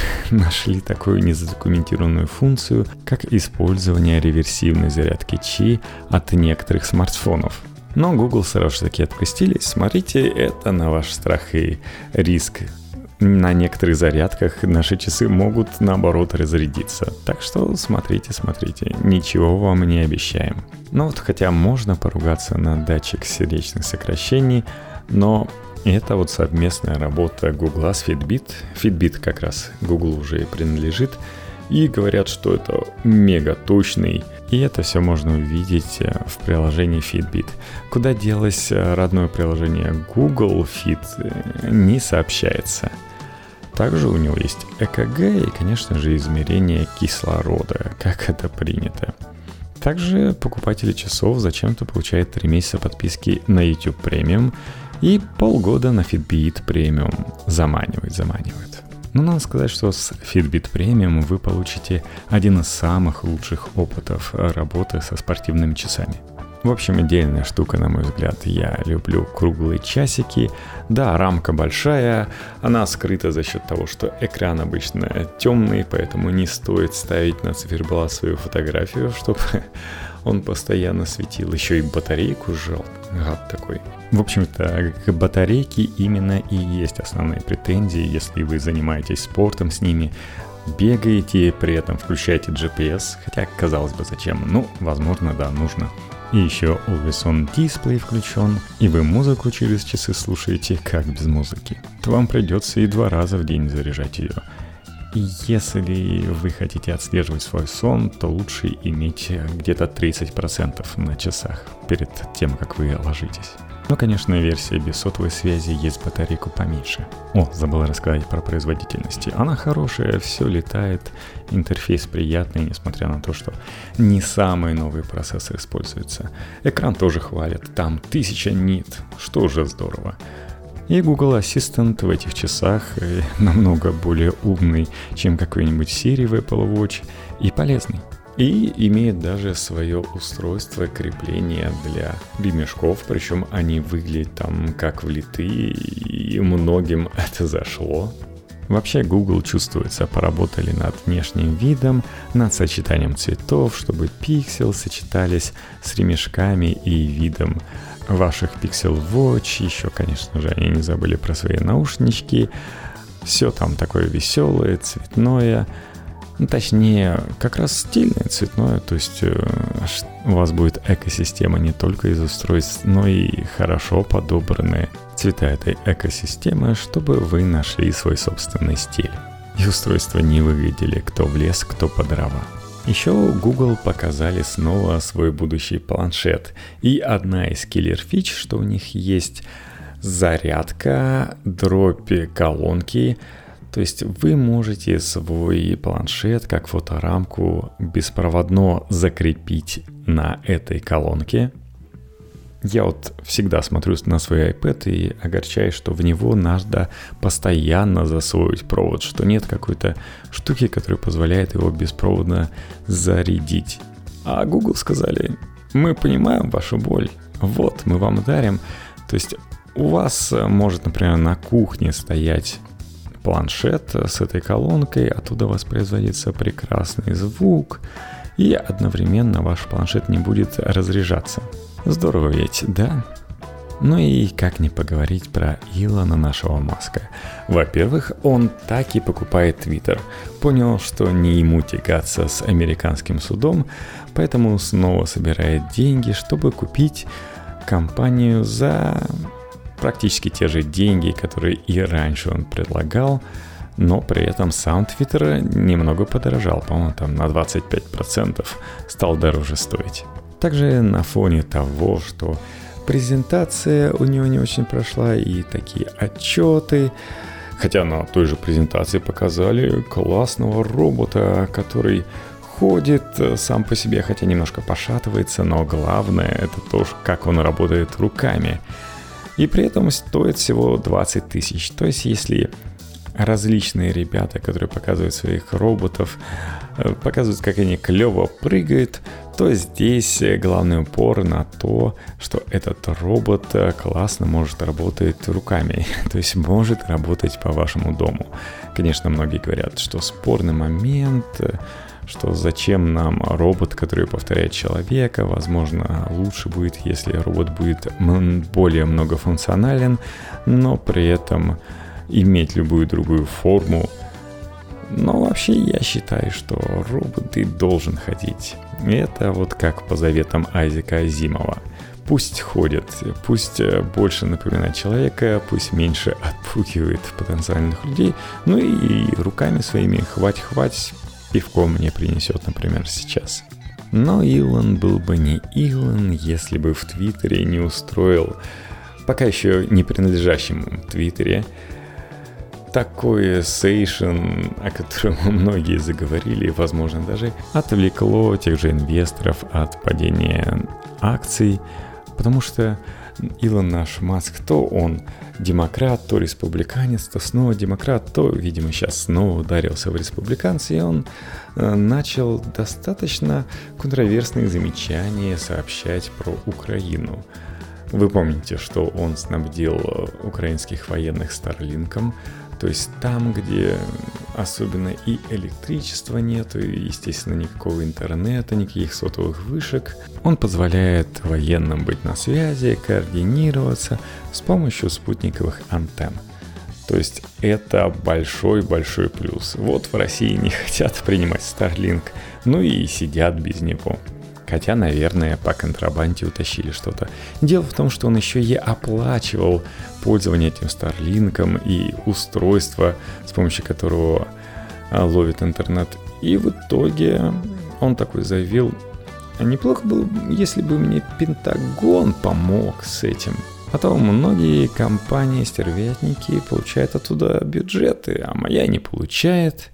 нашли такую незадокументированную функцию, как использование реверсивной зарядки Qi от некоторых смартфонов. Но Google сразу же таки отпустились. Смотрите, это на ваш страх и риск. На некоторых зарядках наши часы могут наоборот разрядиться. Так что смотрите, смотрите, ничего вам не обещаем. Ну вот хотя можно поругаться на датчик сердечных сокращений, но это вот совместная работа Google с Fitbit. Fitbit как раз Google уже принадлежит. И говорят, что это мега точный. И это все можно увидеть в приложении Fitbit. Куда делось родное приложение Google Fit, не сообщается. Также у него есть ЭКГ и, конечно же, измерение кислорода, как это принято. Также покупатели часов зачем-то получают три месяца подписки на YouTube Premium и полгода на Fitbit Premium. Заманивает, заманивает. Но надо сказать, что с Fitbit Premium вы получите один из самых лучших опытов работы со спортивными часами. В общем, идеальная штука, на мой взгляд. Я люблю круглые часики. Да, рамка большая, она скрыта за счет того, что экран обычно темный, поэтому не стоит ставить на циферблат свою фотографию, чтобы он постоянно светил. Еще и батарейку сжал. Гад такой. В общем-то, к батарейке именно и есть основные претензии, если вы занимаетесь спортом с ними, бегаете, при этом включаете джи пи эс, хотя, казалось бы, зачем? Ну, возможно, да, нужно. И еще Always On Display включен, и вы музыку через часы слушаете, как без музыки. То вам придется и два раза в день заряжать ее. И если вы хотите отслеживать свой сон, то лучше иметь где-то тридцать процентов на часах перед тем, как вы ложитесь. Но, конечно, версия без сотовой связи есть батарейку поменьше. О, забыл рассказать про производительность. Она хорошая, все летает, интерфейс приятный, несмотря на то, что не самый новый процессор используется. Экран тоже хвалят, там тысяча нит, что уже здорово. И Google Assistant в этих часах намного более умный, чем какой-нибудь Siri в Apple Watch, и полезный. И имеет даже свое устройство крепления для ремешков, причем они выглядят там как влитые, и многим это зашло. Вообще Google чувствуется, поработали над внешним видом, над сочетанием цветов, чтобы пиксель сочетались с ремешками и видом ваших Pixel Watch. Еще, конечно же, они не забыли про свои наушнички. Все там такое веселое, цветное. Ну, точнее, как раз стильное, цветное, то есть э, у вас будет экосистема не только из устройств, но и хорошо подобранные цвета этой экосистемы, чтобы вы нашли свой собственный стиль. И устройства не выглядели кто в лес, кто по дрова. Еще Google показали снова свой будущий планшет. И одна из киллер-фич, что у них есть зарядка, дробь колонки. То есть вы можете свой планшет как фоторамку беспроводно закрепить на этой колонке. Я вот всегда смотрю на свой iPad и огорчаюсь, что в него надо постоянно засовывать провод, что нет какой-то штуки, которая позволяет его беспроводно зарядить. А Google сказали: мы понимаем вашу боль, вот мы вам дарим. То есть у вас может, например, на кухне стоять планшет с этой колонкой, оттуда воспроизводится прекрасный звук, и одновременно ваш планшет не будет разряжаться. Здорово ведь, да? Ну и как не поговорить про Илона нашего Маска. Во-первых, он так и покупает Твиттер. Понял, что не ему тягаться с американским судом, поэтому снова собирает деньги, чтобы купить компанию за практически те же деньги, которые и раньше он предлагал, но при этом сам Твиттер немного подорожал, по-моему, там на двадцать пять процентов стал дороже стоить. Также на фоне того, что презентация у него не очень прошла, и такие отчеты. Хотя на той же презентации показали классного робота, который ходит сам по себе, хотя немножко пошатывается, но главное это то, как он работает руками. И при этом стоит всего двадцать тысяч. То есть если различные ребята, которые показывают своих роботов, показывают, как они клево прыгают, то здесь главный упор на то, что этот робот классно может работать руками, то есть может работать по вашему дому. Конечно, многие говорят, что спорный момент, что зачем нам робот, который повторяет человека, возможно, лучше будет, если робот будет более многофункционален, но при этом иметь любую другую форму. Но вообще я считаю, что робот и должен ходить. Это вот как по заветам Айзека Азимова. Пусть ходит, пусть больше напоминает человека, пусть меньше отпугивает потенциальных людей, ну и руками своими хвать-хвать пивко мне принесет, например, сейчас. Но Илон был бы не Илон, если бы в Твиттере не устроил, пока еще не принадлежащему Твиттере, такое сейшн, о котором многие заговорили, возможно, даже отвлекло тех же инвесторов от падения акций, потому что Илон наш Маск, то он демократ, то республиканец, то снова демократ, то, видимо, сейчас снова ударился в республиканцы, и он э, начал достаточно контроверсные замечания сообщать про Украину. Вы помните, что он снабдил украинских военных Старлинком, то есть там, где особенно и электричества нету, и, естественно, никакого интернета, никаких сотовых вышек, он позволяет военным быть на связи, координироваться с помощью спутниковых антенн. То есть это большой-большой плюс. Вот в России не хотят принимать Starlink, ну и сидят без него. Хотя, наверное, по контрабанде утащили что-то. Дело в том, что он еще и оплачивал пользование этим Старлинком и устройство, с помощью которого ловит интернет. И в итоге он такой заявил: а неплохо было бы, если бы мне Пентагон помог с этим. А то многие компании-стервятники получают оттуда бюджеты, а моя не получает.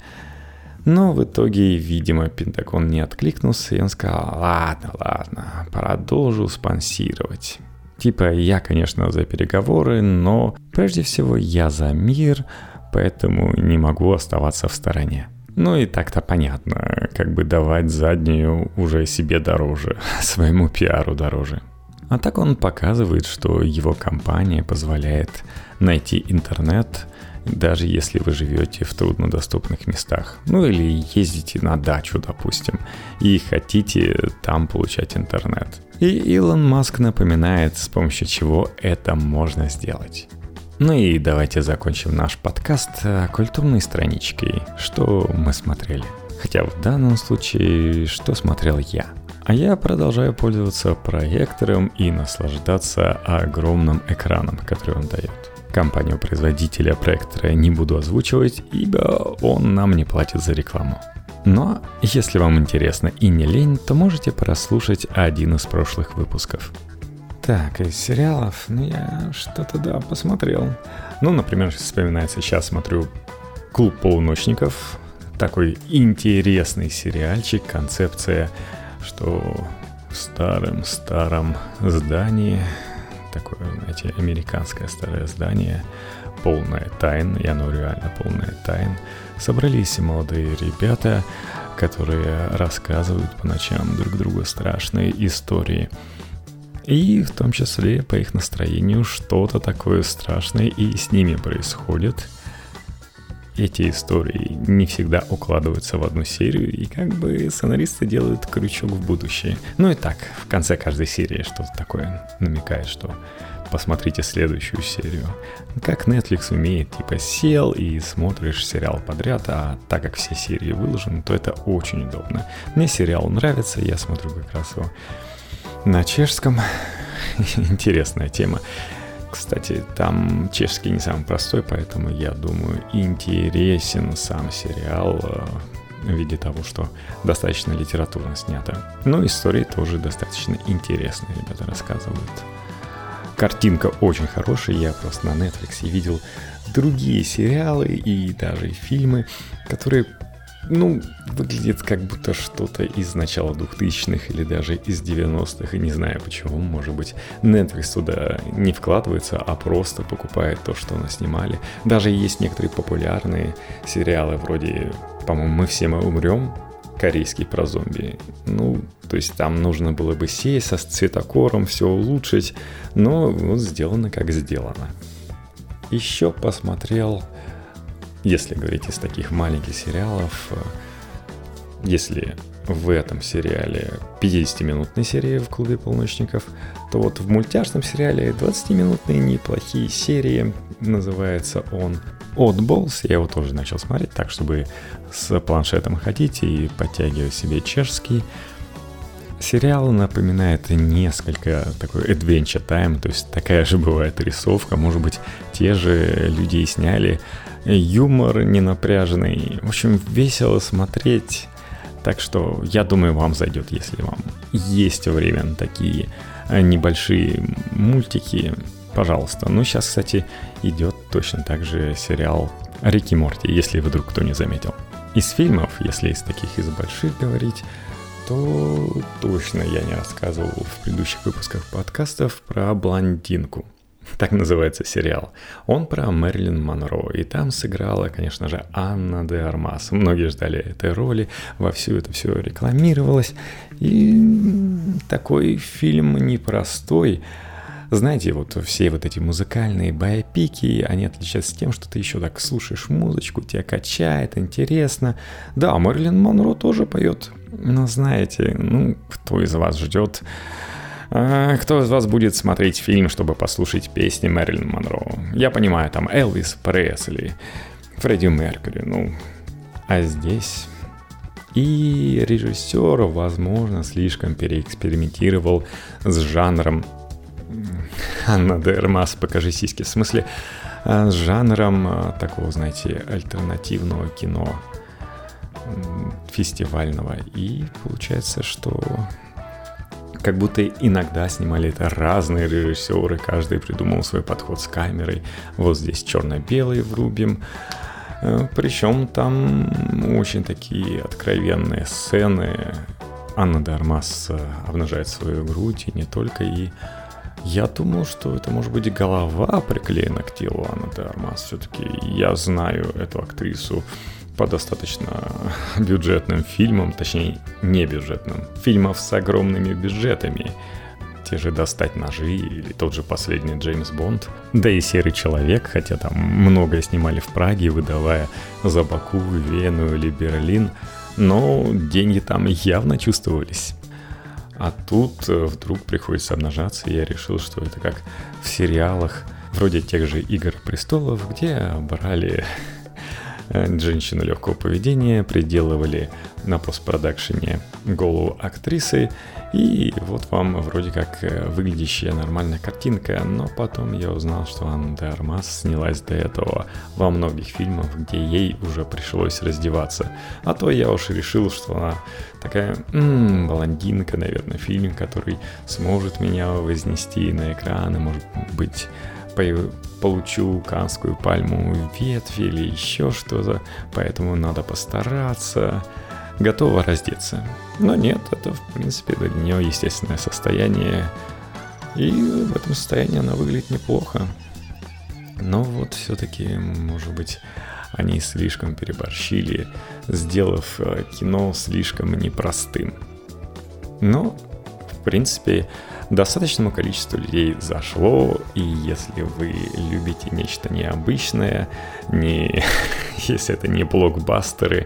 Но в итоге, видимо, Пентагон не откликнулся, и он сказал: ладно, ладно, продолжу спонсировать. Типа, я, конечно, за переговоры, но прежде всего я за мир, поэтому не могу оставаться в стороне. Ну и так-то понятно, как бы давать заднюю уже себе дороже, своему пиару дороже. А так он показывает, что его компания позволяет найти интернет, даже если вы живете в труднодоступных местах. Ну или ездите на дачу, допустим, и хотите там получать интернет. И Илон Маск напоминает, с помощью чего это можно сделать. Ну и давайте закончим наш подкаст культурной страничкой, что мы смотрели. Хотя в данном случае, что смотрел я. А я продолжаю пользоваться проектором и наслаждаться огромным экраном, который он дает. Компанию-производителя проектора не буду озвучивать, ибо он нам не платит за рекламу. Но если вам интересно и не лень, то можете прослушать один из прошлых выпусков. Так, из сериалов, ну я что-то, да, посмотрел. Ну, например, вспоминается, сейчас смотрю «Клуб полуночников». Такой интересный сериальчик, концепция, что в старом-старом здании, такое, знаете, американское старое здание, полное тайн, и оно реально полное тайн, собрались молодые ребята, которые рассказывают по ночам друг другу страшные истории. И в том числе по их настроению что-то такое страшное и с ними происходит. эти истории не всегда укладываются в одну серию, и как бы сценаристы делают крючок в будущее. Ну и так, в конце каждой серии что-то такое намекает, что посмотрите следующую серию. Как Netflix умеет, типа сел и смотришь сериал подряд, а так как все серии выложены, то это очень удобно. Мне сериал нравится, я смотрю как раз его на чешском. Интересная тема. Кстати, там чешский не самый простой, поэтому, я думаю, интересен сам сериал в виде того, что достаточно литературно снято. Но истории тоже достаточно интересные, ребята рассказывают. Картинка очень хорошая, я просто на Netflix видел другие сериалы и даже фильмы, которые, ну, выглядят как будто что-то из начала двухтысячных или даже из девяностых, и не знаю почему, может быть, Netflix туда не вкладывается, а просто покупает то, что наснимали. Даже есть некоторые популярные сериалы, вроде, по-моему, «Мы все мы умрем», корейский про зомби. Ну, то есть там нужно было бы сесть со цветокором, все улучшить, но вот сделано как сделано. Еще посмотрел, если говорить из таких маленьких сериалов, если в этом сериале пятидесятиминутные серии в «Клубе полуночников», то вот в мультяшном сериале двадцатиминутные неплохие серии. Называется он Oddballs. Я его тоже начал смотреть так, чтобы с планшетом ходить и подтягивать себе чешский. Сериал напоминает несколько такой Adventure Time, то есть такая же бывает рисовка, может быть, те же люди и сняли. Юмор ненапряженный, в общем, весело смотреть. Так что, я думаю, вам зайдет, если вам есть время на такие небольшие мультики. Пожалуйста. Ну, сейчас, кстати, идет точно так же сериал «Рик и Морти», если вдруг кто не заметил. Из фильмов, если из таких из больших говорить, то точно я не рассказывал в предыдущих выпусках подкастов про «Блондинку». Так называется сериал. Он про Мэрилин Монро, и там сыграла, конечно же, Анна де Армас. Многие ждали этой роли, вовсю это все рекламировалось. И такой фильм непростой. Знаете, вот все вот эти музыкальные байопики, они отличаются тем, что ты еще так слушаешь музычку, тебя качает, интересно. Да, Мэрилин Монро тоже поет, но знаете, ну, кто из вас ждет... Кто из вас будет смотреть фильм, чтобы послушать песни Мэрилин Монро? Я понимаю, там Элвис Пресли, Фредди Меркьюри, ну, а здесь... И режиссер, возможно, слишком переэкспериментировал с жанром. Анна де Армас, покажи сиськи. В смысле, с жанром такого, знаете, альтернативного кино, фестивального. И получается, что... Как будто иногда снимали это разные режиссеры, каждый придумал свой подход с камерой. Вот здесь черно-белый врубим. Причем там очень такие откровенные сцены. Анна де Армас обнажает свою грудь, и не только. И я думал, что это может быть голова приклеена к телу Анны де Армас. Все-таки я знаю эту актрису по достаточно бюджетным фильмам, точнее, не бюджетным, фильмов с огромными бюджетами. Те же «Достать ножи» или тот же последний Джеймс Бонд. Да и «Серый человек», хотя там многое снимали в Праге, выдавая за Баку, Вену или Берлин, но деньги там явно чувствовались. А тут вдруг приходится обнажаться, и я решил, что это как в сериалах, вроде тех же «Игр престолов», где брали... женщину легкого поведения, приделывали на постпродакшене голову актрисы, и вот вам вроде как выглядящая нормальная картинка, но потом я узнал, что Анна де Армас снялась до этого во многих фильмах, где ей уже пришлось раздеваться. А то я уж решил, что она такая м-м, блондинка, наверное, фильм, который сможет меня вознести на экран, и, может быть, получу Каннскую пальму ветвь или еще что-то, поэтому надо постараться. Готова раздеться. Но нет, это, в принципе, для нее естественное состояние, и в этом состоянии она выглядит неплохо. Но вот все-таки, может быть, они слишком переборщили, сделав кино слишком непростым. Но, в принципе, достаточному количеству людей зашло, и если вы любите нечто необычное, не, если это не блокбастеры,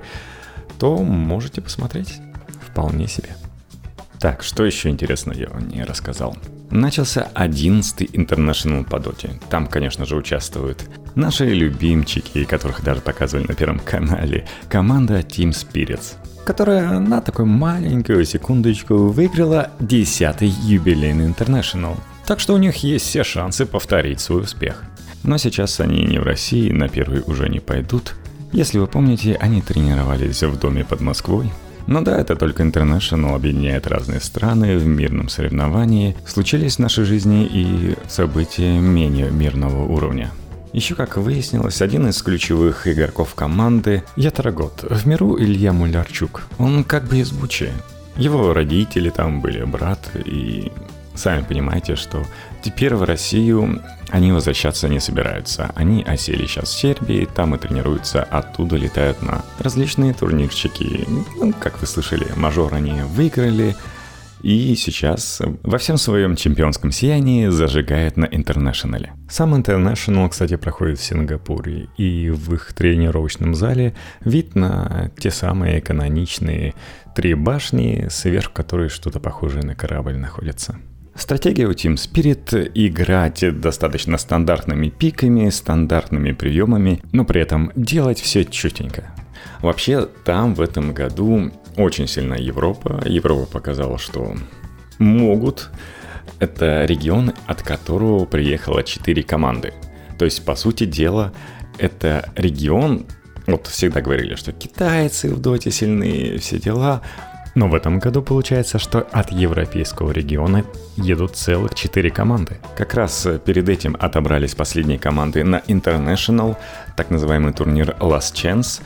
то можете посмотреть вполне себе. Так, что еще интересно я вам не рассказал. Начался одиннадцатый International по доте. Там, конечно же, участвуют наши любимчики, которых даже показывали на Первом канале, команда Team Spirits, которая на такую маленькую секундочку выиграла десятый юбилейный International. Так что у них есть все шансы повторить свой успех. Но сейчас они не в России, на первый уже не пойдут. Если вы помните, они тренировались в доме под Москвой. Но да, это только International объединяет разные страны в мирном соревновании. Случились в нашей жизни и события менее мирного уровня. Еще, как выяснилось, один из ключевых игроков команды – Ятрагот, в миру Илья Мулярчук. Он как бы из Бучи. Его родители там были, брат, и сами понимаете, что теперь в Россию они возвращаться не собираются. Они осели сейчас в Сербии, там и тренируются, оттуда летают на различные турнирчики. Ну, как вы слышали, мажор они выиграли. И сейчас во всем своем чемпионском сиянии зажигает на Интернешнале. Сам Интернешнл, кстати, проходит в Сингапуре, и в их тренировочном зале вид на те самые каноничные три башни, сверху которой что-то похожее на корабль находится. Стратегия у Team Spirit – играть достаточно стандартными пиками, стандартными приемами, но при этом делать все чётенько. Вообще, там в этом году очень сильна Европа. Европа показала, что могут. Это регион, от которого приехало четыре команды. То есть, по сути дела, это регион, вот всегда говорили, что китайцы в доте сильны, все дела. Но в этом году получается, что от европейского региона едут целых четыре команды. Как раз перед этим отобрались последние команды на International, так называемый турнир Last Chance.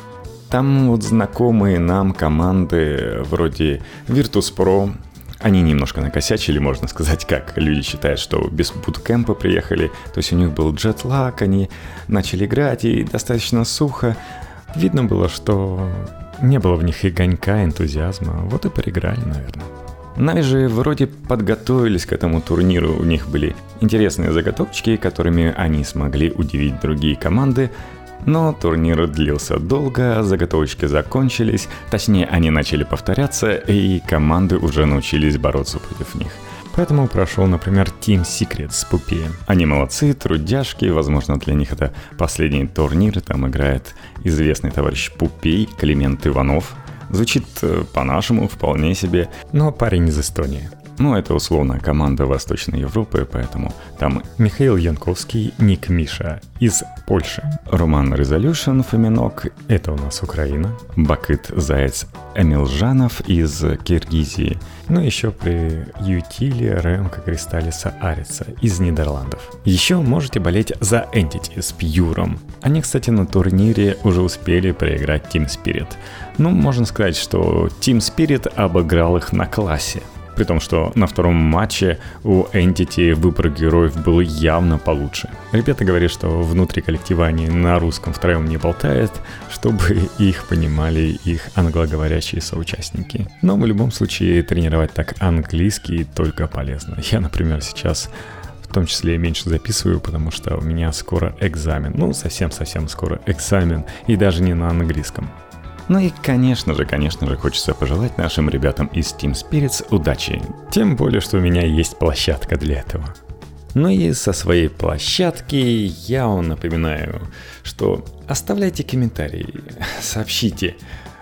Там вот знакомые нам команды вроде Virtus.pro, они немножко накосячили, можно сказать, как люди считают, что без буткемпа приехали. То есть у них был джетлаг, они начали играть и достаточно сухо. Видно было, что не было в них и огонька, энтузиазма, вот и проиграли, наверное. Нави же вроде подготовились к этому турниру, у них были интересные заготовочки, которыми они смогли удивить другие команды, но турнир длился долго, заготовочки закончились, точнее они начали повторяться, и команды уже научились бороться против них. Поэтому прошел, например, Team Secret с Пупеем. Они молодцы, трудяшки, возможно, для них это последний турнир, там играет известный товарищ Пупей, Климент Иванов. Звучит по-нашему, вполне себе, но парень из Эстонии. Ну, это условно команда Восточной Европы, поэтому там Михаил Янковский, Ник Миша из Польши. Роман Resolution, Фоминок, это у нас Украина. Бакыт Заяц Эмилжанов из Киргизии. Ну, еще при Ютиле Ремка Кристалиса Арица из Нидерландов. Еще можете болеть за Entity с Пьюром. Они, кстати, на турнире уже успели проиграть Team Spirit. Ну, можно сказать, что Team Spirit обыграл их на классе. При том, что на втором матче у Entity выбор героев был явно получше. Ребята говорят, что внутри коллектива они на русском втроем не болтают, чтобы их понимали их англоговорящие соучастники. Но в любом случае тренировать так английский только полезно. Я, например, сейчас в том числе меньше записываю, потому что у меня скоро экзамен. Ну, совсем-совсем скоро экзамен, и даже не на английском. Ну и, конечно же, конечно же, хочется пожелать нашим ребятам из Team Spirits удачи. Тем более, что у меня есть площадка для этого. Ну и со своей площадки я вам напоминаю, что оставляйте комментарии, сообщите,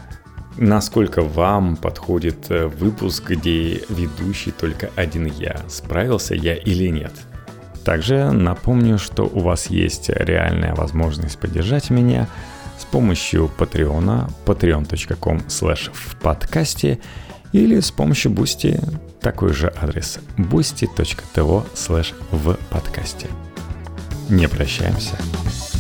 насколько вам подходит выпуск, где ведущий только один я, справился я или нет. Также напомню, что у вас есть реальная возможность поддержать меня с помощью Patreon, patreon точка ком слэш в подкасте, или с помощью Boosty, такой же адрес boosty точка то слэш в подкасте. Не прощаемся.